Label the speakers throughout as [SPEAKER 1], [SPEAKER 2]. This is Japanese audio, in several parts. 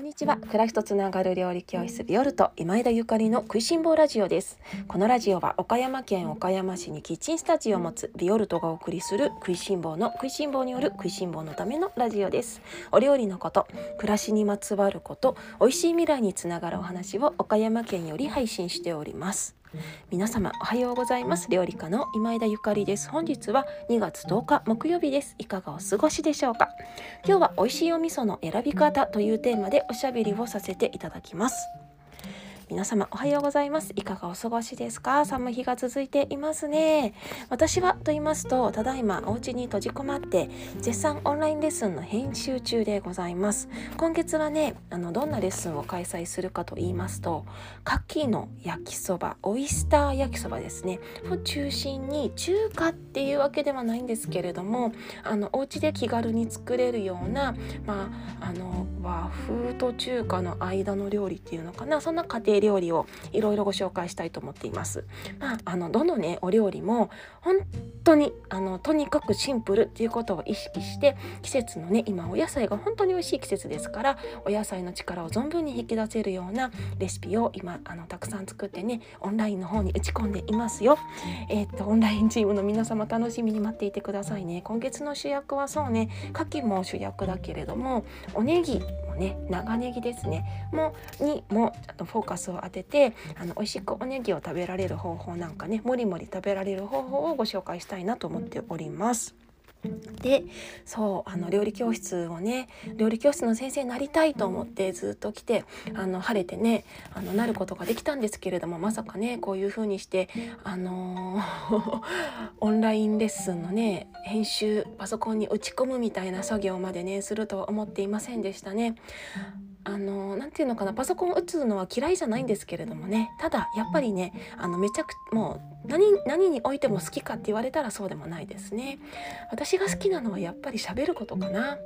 [SPEAKER 1] にちは。暮らしとつながる料理教室ビオルト今枝ゆかりの食いしん坊ラジオです。このラジオは岡山県岡山市にキッチンスタジオを持つビオルトがお送りする食いしん坊の食いしん坊による食いしん坊のためのラジオです。お料理のこと、暮らしにまつわること、美味しい未来につながるお話を岡山県より配信しております。皆様おはようございます。料理家の今枝ゆかりです。本日は2月10日木曜日です。いかがお過ごしでしょうか。今日は美味しいお味噌の選び方というテーマでおしゃべりをさせていただきます。皆様おはようございます。いかがお過ごしですか。寒い日が続いていますね。私はと言いますと、ただいまお家に閉じこまって絶賛オンラインレッスンの編集中でございます。今月はね、どんなレッスンを開催するかと言いますと、牡蠣の焼きそば、オイスター焼きそばですねを中心に、中華っていうわけではないんですけれども、お家で気軽に作れるような、和風と中華の間の料理っていうのかな、そんな家庭料理をいろいろご紹介したいと思っています。どのねお料理も本当にとにかくシンプルっていうことを意識して、季節のね今お野菜が本当に美味しい季節ですから、お野菜の力を存分に引き出せるようなレシピを今たくさん作ってね、オンラインの方に打ち込んでいますよ。オンラインチームの皆様楽しみに待っていてくださいね。今月の主役はそうね、牡蠣も主役だけれども、おネギもね、長ネギですねにもフォーカスを当てて、美味しくおネギを食べられる方法なんかね、もりもり食べられる方法をご紹介したいなと思っております。で、そう料理教室をね、料理教室の先生になりたいと思ってずっと来て、晴れてねなることができたんですけれども、まさかねこういう風にしてオンラインレッスンのね編集、パソコンに打ち込むみたいな作業までねするとは思っていませんでしたね。なんていうのかな、パソコン打つのは嫌いじゃないんですけれどもね、ただやっぱりねめちゃくもう何においても好きかって言われたらそうでもないですね。私が好きなのはやっぱり喋ることかな。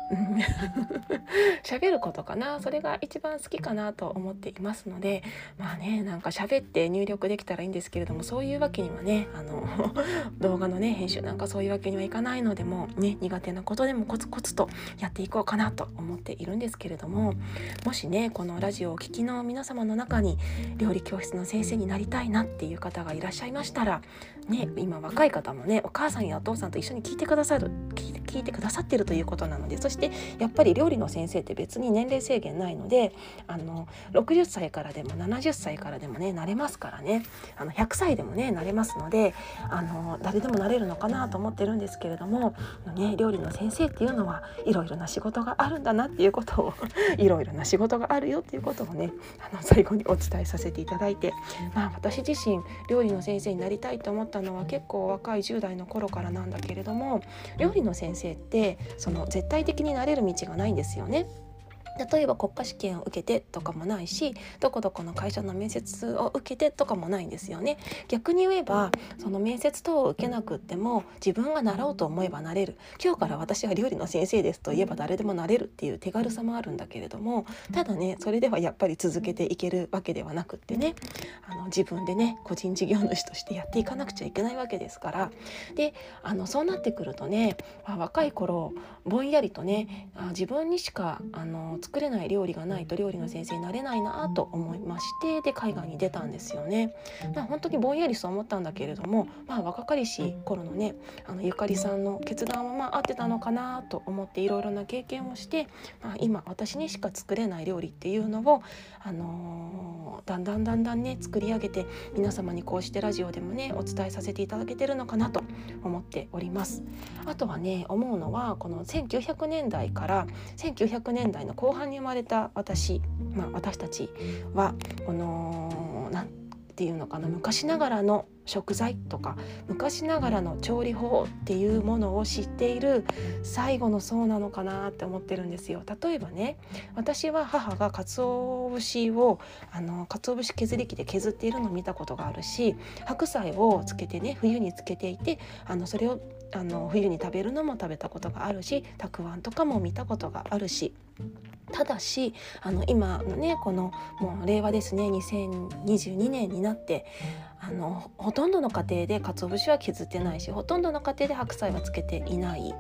[SPEAKER 1] 喋ることかな、それが一番好きかなと思っていますので、なんか喋って入力できたらいいんですけれども、そういうわけにはね動画のね編集なんかそういうわけにはいかないので、もうね苦手なことでもコツコツとやっていこうかなと思っているんですけれども、もしねこのラジオをお聞きの皆様の中に料理教室の先生になりたいなっていう方がいらっしゃいましたらね、今若い方もねお母さんやお父さんと一緒に聞いてくださっているということなので、そしてやっぱり料理の先生って別に年齢制限ないので、60歳からでも70歳からでもねなれますからね、100歳でもねなれますので、誰でもなれるのかなと思ってるんですけれども、料理の先生っていうのはいろいろな仕事があるんだなっていうことをいろいろな仕事があるよっていうことをね最後にお伝えさせていただいて、私自身料理の先生になりたいと思ったのは結構若い10代の頃からなんだけれども、料理の先生ってその絶対的になれる道がないんですよね。例えば国家試験を受けてとかもないし、どこどこの会社の面接を受けてとかもないんですよね。逆に言えばその面接等を受けなくっても自分がなろうと思えばなれる。今日から私は料理の先生ですと言えば誰でもなれるっていう手軽さもあるんだけれども、ただねそれではやっぱり続けていけるわけではなくってね、自分でね個人事業主としてやっていかなくちゃいけないわけですから。でそうなってくるとね、若い頃ぼんやりとね自分にしか作れない料理がないと料理の先生になれないなと思いまして、で海外に出たんですよね。本当にぼんやりそう思ったんだけれども、若かりし頃のねゆかりさんの決断は合ってたのかなと思っていろいろな経験をして、今私にしか作れない料理っていうのをだんだんね作り上げて、皆様にこうしてラジオでもねお伝えさせていただけてるのかなと思っております。あとはね思うのは、この1900年代から1900年代の後半に生まれた私たちはこのなんていうのかな、昔ながらの食材とか昔ながらの調理法っていうものを知っている最後の層なのかなって思ってるんですよ。例えばね、私は母が鰹節を鰹節削り器で削っているのを見たことがあるし、白菜をつけてね冬につけていてそれを冬に食べるのも食べたことがあるし、たくあんとかも見たことがあるし、ただし今のねこのもう令和ですね、2022年になってほとんどの家庭で鰹節は削ってないし、ほとんどの家庭で白菜はつけていない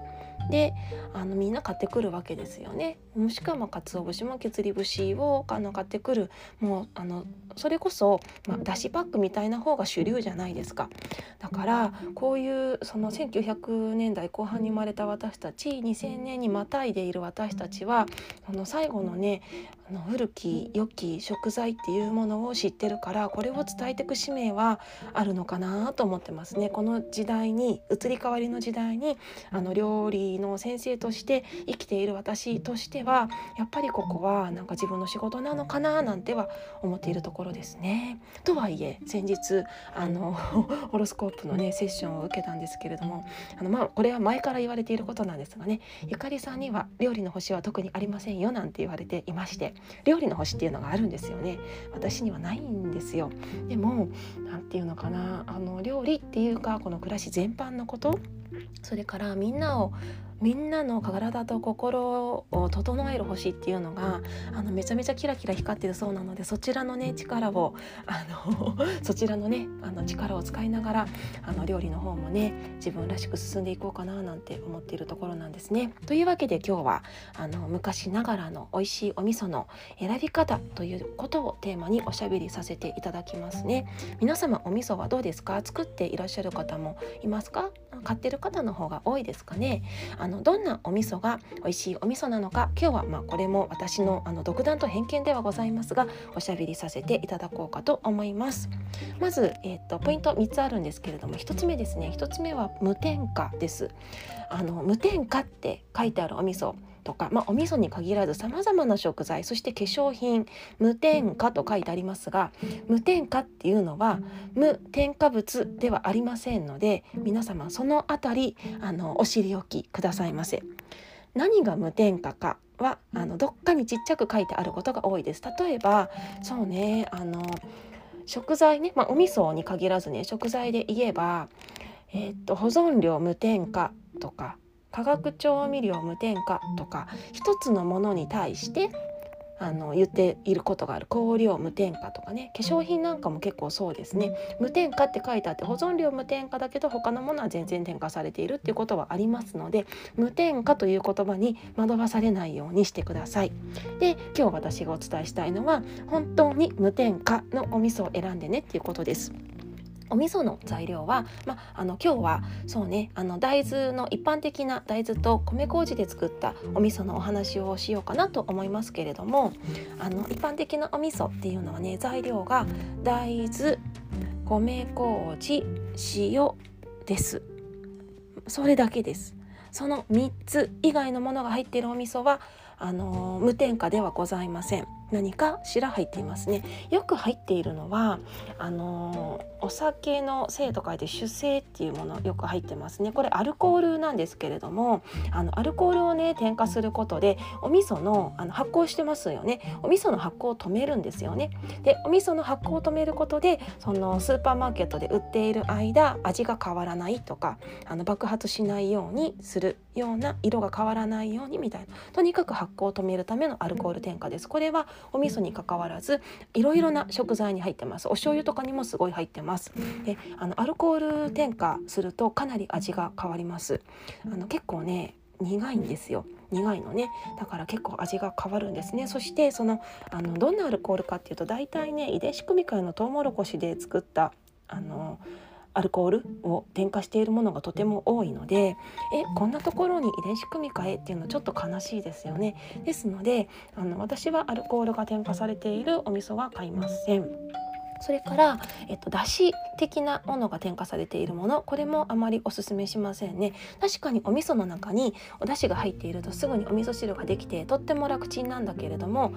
[SPEAKER 1] でみんな買ってくるわけですよね。もしくは鰹節も削り節を買ってくる、もうそれこそ、だしパックみたいな方が主流じゃないですか。だからこういうその1900年代後半に生まれた私たち、2000年にまたいでいる私たちは最後のね古き良き食材っていうものを知ってるから、これを伝えていく使命はあるのかなと思ってますね。この時代に、移り変わりの時代に料理の先生として生きている私としては、やっぱりここはなんか自分の仕事なのかななんては思っているところですね。とはいえ先日ホロスコープのねセッションを受けたんですけれども、これは前から言われていることなんですがね、ゆかりさんには料理の星は特にありませんよなんて言われていまして、料理の星っていうのがあるんですよね。私にはないんですよ。でもなんていうのかな、料理っていうかこの暮らし全般のこと、それからみんなの体と心を整える星っていうのがめちゃめちゃキラキラ光ってるそうなので、そちらのね力をそちらのね力を使いながら料理の方もね自分らしく進んでいこうかななんて思っているところなんですね。というわけで今日は昔ながらの美味しいお味噌の選び方ということをテーマにおしゃべりさせていただきますね。皆様お味噌はどうですか？作っていらっしゃる方もいますか？買ってる方の方が多いですかね。どんなお味噌が美味しいお味噌なのか、今日はこれも私の独断と偏見ではございますがおしゃべりさせていただこうかと思います。まず、ポイント3つあるんですけれども、1つ目ですね。1つ目は無添加です。無添加って書いてあるお味噌とか、お味噌に限らずさまざまな食材、そして化粧品、無添加と書いてありますが、無添加っていうのは無添加物ではありませんので、皆様そのあたりお知りおきくださいませ。何が無添加かはどっかにちっちゃく書いてあることが多いです。例えばそうね、食材ね、お味噌に限らずね、食材で言えば、保存料無添加とか化学調味料無添加とか、一つのものに対して言っていることがある。香料無添加とかね、化粧品なんかも結構そうですね。無添加って書いてあって保存料無添加だけど他のものは全然添加されているっていうことはありますので、無添加という言葉に惑わされないようにしてください。で、今日私がお伝えしたいのは本当に無添加のお味噌を選んでねっていうことです。お味噌の材料は、今日はそうね、大豆の一般的な大豆と米麹で作ったお味噌のお話をしようかなと思いますけれども、一般的なお味噌っていうのはね、材料が大豆、米麹、塩です。それだけです。その3つ以外のものが入っているお味噌は無添加ではございません。何かしら入っていますね。よく入っているのはお酒の精と書いて酒精っていうものよく入ってますね。これアルコールなんですけれども、アルコールをね添加することでお味噌の発酵してますよね。お味噌の発酵を止めるんですよね。で、お味噌の発酵を止めることでそのスーパーマーケットで売っている間味が変わらないとか爆発しないようにするような、色が変わらないようにみたいな、とにかく発酵を止めるためのアルコール添加です。これはお味噌に関わらずいろいろな食材に入ってます。お醤油とかにもすごい入ってます。で、アルコール添加するとかなり味が変わります。結構ね苦いんですよ。苦いのね。だから結構味が変わるんですね。そしてどんなアルコールかっていうと、大体ね遺伝子組み換えのトウモロコシで作ったアルコールを添加しているものがとても多いので、こんなところに遺伝子組み換えっていうのはちょっと悲しいですよね。ですので私はアルコールが添加されているお味噌は買いません。それから、だし的なものが添加されているもの、これもあまりおすすめしませんね。確かにお味噌の中にお出汁が入っているとすぐにお味噌汁ができてとっても楽ちんなんだけれども、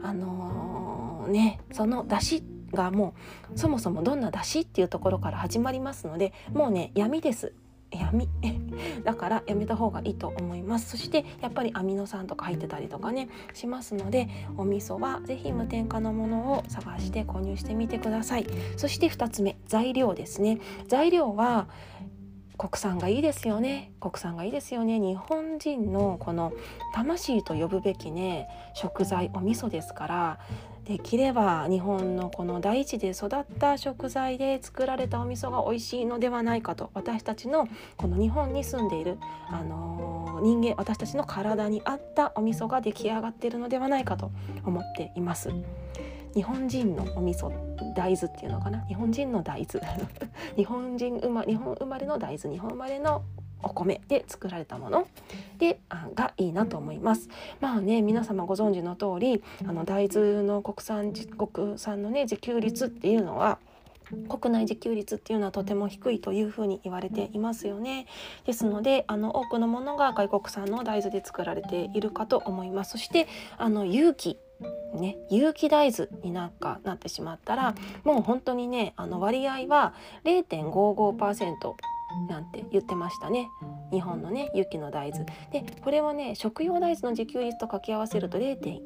[SPEAKER 1] その出汁がもうそもそもどんな出汁っていうところから始まりますので、もうね闇です。闇だからやめた方がいいと思います。そしてやっぱりアミノ酸とか入ってたりとかねしますので、お味噌はぜひ無添加のものを探して購入してみてください。そして2つ目、材料ですね。材料は国産がいいですよね。国産がいいですよね。日本人のこの魂と呼ぶべきね食材お味噌ですから、 できれば日本のこの大地で育った食材で作られたお味噌が美味しいのではないかと、私たちのこの日本に住んでいる、人間、私たちの体に合ったお味噌が出来上がっているのではないかと思っています。日本人のお味噌、大豆っていうのかな、日本人の大豆日本生まれの大豆、日本生まれのお米で作られたものでがいいなと思います。まあね、皆様ご存知の通り大豆の国産のね自給率っていうのは、国内自給率っていうのはとても低いというふうに言われていますよね。ですので多くのものが外国産の大豆で作られているかと思います。そして有機大豆になってしまったら、もう本当にね割合は 0.55% なんて言ってましたね。日本のね有機の大豆で、これをね食用大豆の自給率と掛け合わせると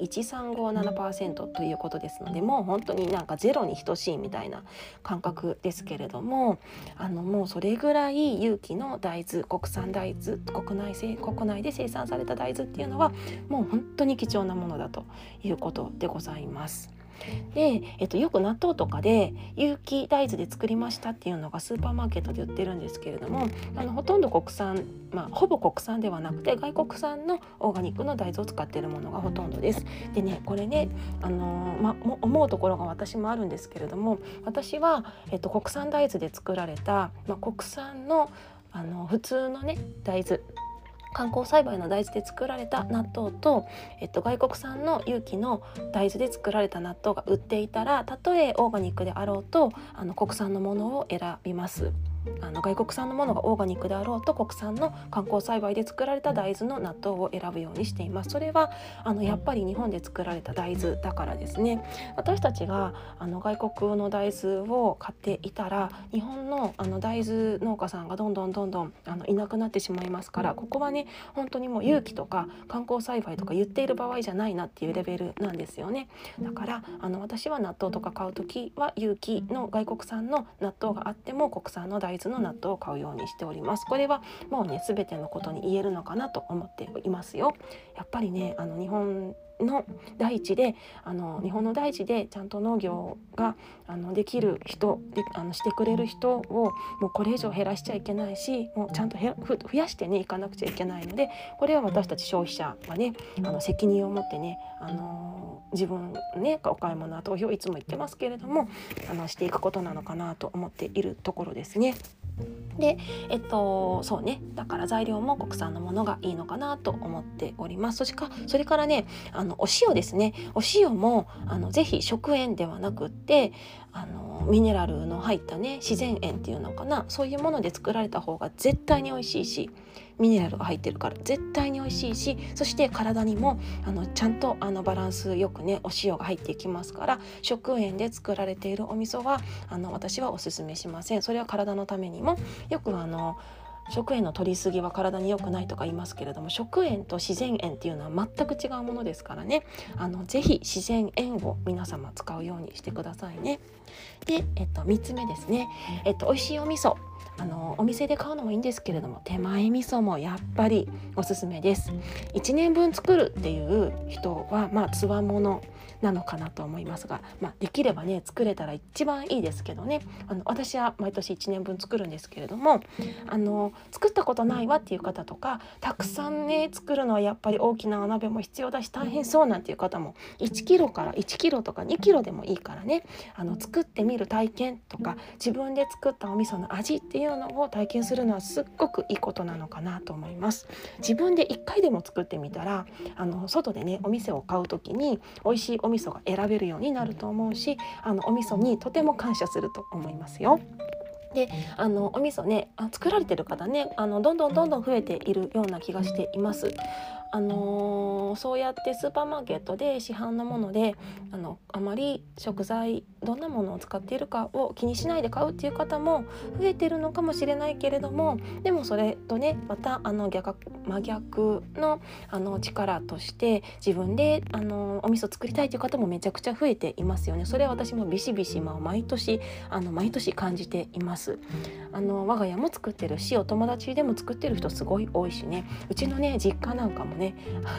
[SPEAKER 1] 0.1357% ということですので、もう本当になんかゼロに等しいみたいな感覚ですけれども、もうそれぐらい有機の大豆、国産大豆、国内で生産された大豆っていうのはもう本当に貴重なものだということでございます。で、よく納豆とかで有機大豆で作りましたっていうのがスーパーマーケットで売ってるんですけれども、ほとんど国産、ほぼ国産ではなくて外国産のオーガニックの大豆を使っているものがほとんどです。でね、これね思うところが私もあるんですけれども、私は、国産大豆で作られた、国産の普通のね大豆、観光栽培の大豆で作られた納豆と、外国産の有機の大豆で作られた納豆が売っていたら、たとえオーガニックであろうと国産のものを選びます。外国産のものがオーガニックであろうと国産の観光栽培で作られた大豆の納豆を選ぶようにしています。それはやっぱり日本で作られた大豆だからですね。私たちが外国の大豆を買っていたら、日本の大豆農家さんがどんどんいなくなってしまいますから、ここはね本当にもう有機とか観光栽培とか言っている場合じゃないなっていうレベルなんですよね。だから私は納豆とか買うときは有機の外国産の納豆があっても国産の大豆の納豆を買うようにしております。これはもうね全てのことに言えるのかなと思っていますよ。やっぱりね日本の大地でちゃんと農業ができる人でしてくれる人をもうこれ以上減らしちゃいけないし、もうちゃんと増やしてねいかなくちゃいけないので、これは私たち消費者はね責任を持ってね自分ねお買い物投票いつも言ってますけれどもしていくことなのかなと思っているところですね。でそうね、だから材料も国産のものがいいのかなと思っております。それからねお塩ですね。お塩もぜひ食塩ではなくってミネラルの入ったね自然塩っていうのかな、そういうもので作られた方が絶対に美味しいし、ミネラルが入ってるから絶対に美味しいし、そして体にもちゃんとバランスよくねお塩が入っていきますから、食塩で作られているお味噌は私はおすすめしません。それは体のためにもよく食塩の摂りすぎは体に良くないとか言いますけれども、食塩と自然塩っていうのは全く違うものですからね、ぜひ自然塩を皆様使うようにしてくださいね。で、3つ目ですね、美味しいお味噌お店で買うのもいいんですけれども、手前味噌もやっぱりおすすめです。1年分作るっていう人はつわものなのかなと思いますが、できればね作れたら一番いいですけどね、私は毎年1年分作るんですけれども、作ったことないわっていう方とか、たくさんね作るのはやっぱり大きなお鍋も必要だし大変そうなんていう方も1キロから1キロとか2キロでもいいからね作ってみる体験とか、自分で作ったお味噌の味っていうのを体験するのはすっごくいいことなのかなと思います。自分で1回でも作ってみたら外でねお店を買う時に美味しいお味噌が選べるようになると思うし、お味噌にとても感謝すると思いますよ。でお味噌ね作られてる方ねどんどん増えているような気がしています。そうやってスーパーマーケットで市販のものであまり食材どんなものを使っているかを気にしないで買うっていう方も増えてるのかもしれないけれども、でもそれとねまた真逆の力として自分でお味噌作りたいという方もめちゃくちゃ増えていますよね。それは私もビシビシ毎年感じています。我が家も作ってるし、お友達でも作ってる人すごい多いしね、うちのね実家なんかもねね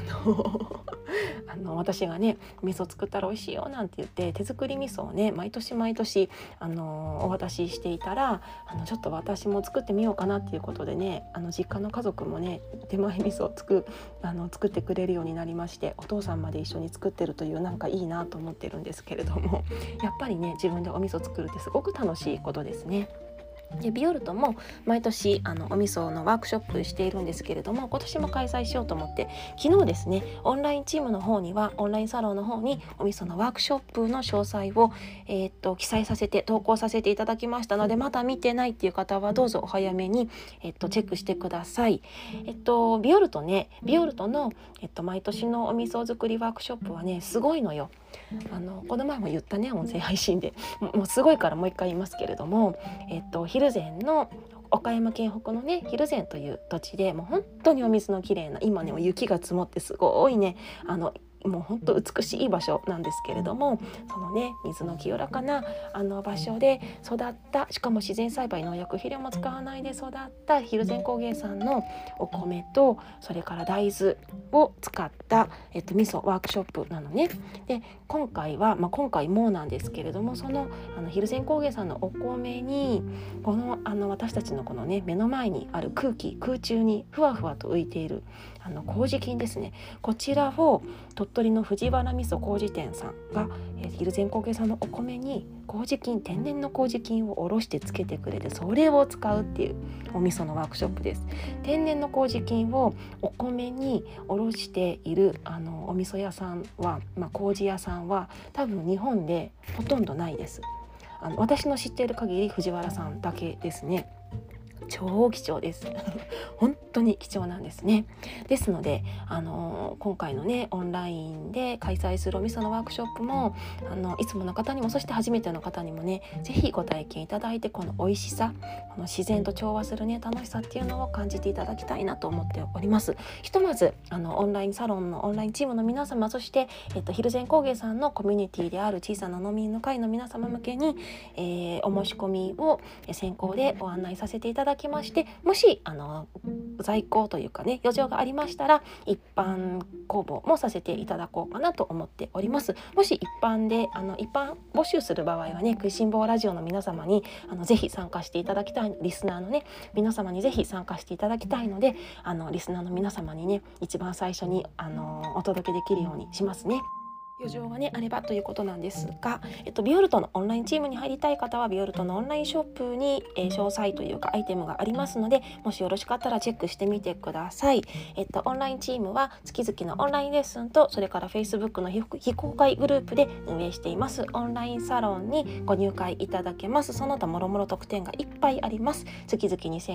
[SPEAKER 1] 私がね味噌作ったら美味しいよなんて言って手作り味噌をね毎年毎年お渡ししていたらちょっと私も作ってみようかなっていうことでね実家の家族もね手前味噌を作ってくれるようになりまして、お父さんまで一緒に作ってるというなんかいいなと思ってるんですけれども、やっぱりね自分でお味噌作るってすごく楽しいことですね。でビオルトも毎年お味噌のワークショップしているんですけれども、今年も開催しようと思って昨日ですねオンラインチームの方にはオンラインサロンの方にお味噌のワークショップの詳細を、記載させて投稿させていただきましたので、まだ見てないっていう方はどうぞお早めに、チェックしてください。ビオルトの、毎年のお味噌作りワークショップはねすごいのよ。この前も言ったね音声配信でもうすごいからもう一回言いますけれども、蒜山の岡山県北のね蒜山という土地でもう本当にお水のきれいな、今ね雪が積もってすごいねもう本当美しい場所なんですけれども、そのね水の清らかな場所で育った、しかも自然栽培農薬肥料も使わないで育った蒜山工芸産のお米と、それから大豆を使った、味噌ワークショップなのね。で今回もなんですけれども、その蒜山工芸産のお米にこの私たちのこのね目の前にある空中にふわふわと浮いている麹菌ですね。こちらを鳥取の藤原味噌麹店さんが蒜山工芸さんのお米に天然の麹菌をおろしてつけてくれて、それを使うっていうお味噌のワークショップです。天然の麹菌をお米におろしているお味噌屋さんは、麹屋さんは多分日本でほとんどないです。私の知っている限り藤原さんだけですね。超貴重です本当に貴重なんですね。ですので今回のねオンラインで開催するお味噌のワークショップもいつもの方にも、そして初めての方にもねぜひご体験いただいて、この美味しさ、この自然と調和するね楽しさっていうのを感じていただきたいなと思っております。ひとまずオンラインサロンのオンラインチームの皆様、そして蒜山工芸さんのコミュニティである小さな農民の会の皆様向けに、お申し込みを先行でご案内させていただきまして、もし在庫というかね余剰がありましたら一般公募もさせていただこうかなと思っております。もし一般募集する場合はね、食いしん坊ラジオの皆様にぜひ参加していただきたい、リスナーのね皆様にぜひ参加していただきたいので、リスナーの皆様にね一番最初にお届けできるようにしますね。余剰がねあればということなんですが、ビオルトのオンラインチームに入りたい方はビオルトのオンラインショップに、詳細というかアイテムがありますので、もしよろしかったらチェックしてみてください。オンラインチームは月々のオンラインレッスンと、それから Facebook の非公開グループで運営していますオンラインサロンにご入会いただけます。その他もろもろ特典がいっぱいあります。月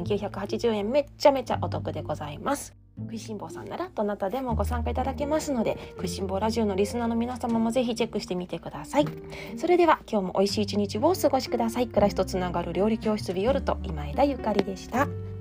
[SPEAKER 1] 々2980円、めっちゃめちゃお得でございます。食いしん坊さんならどなたでもご参加いただけますので、食いしん坊ラジオのリスナーの皆様もぜひチェックしてみてください。それでは今日も美味しい一日をお過ごしください。暮らしとつながる料理教室ビオルト、今枝ゆかりでした。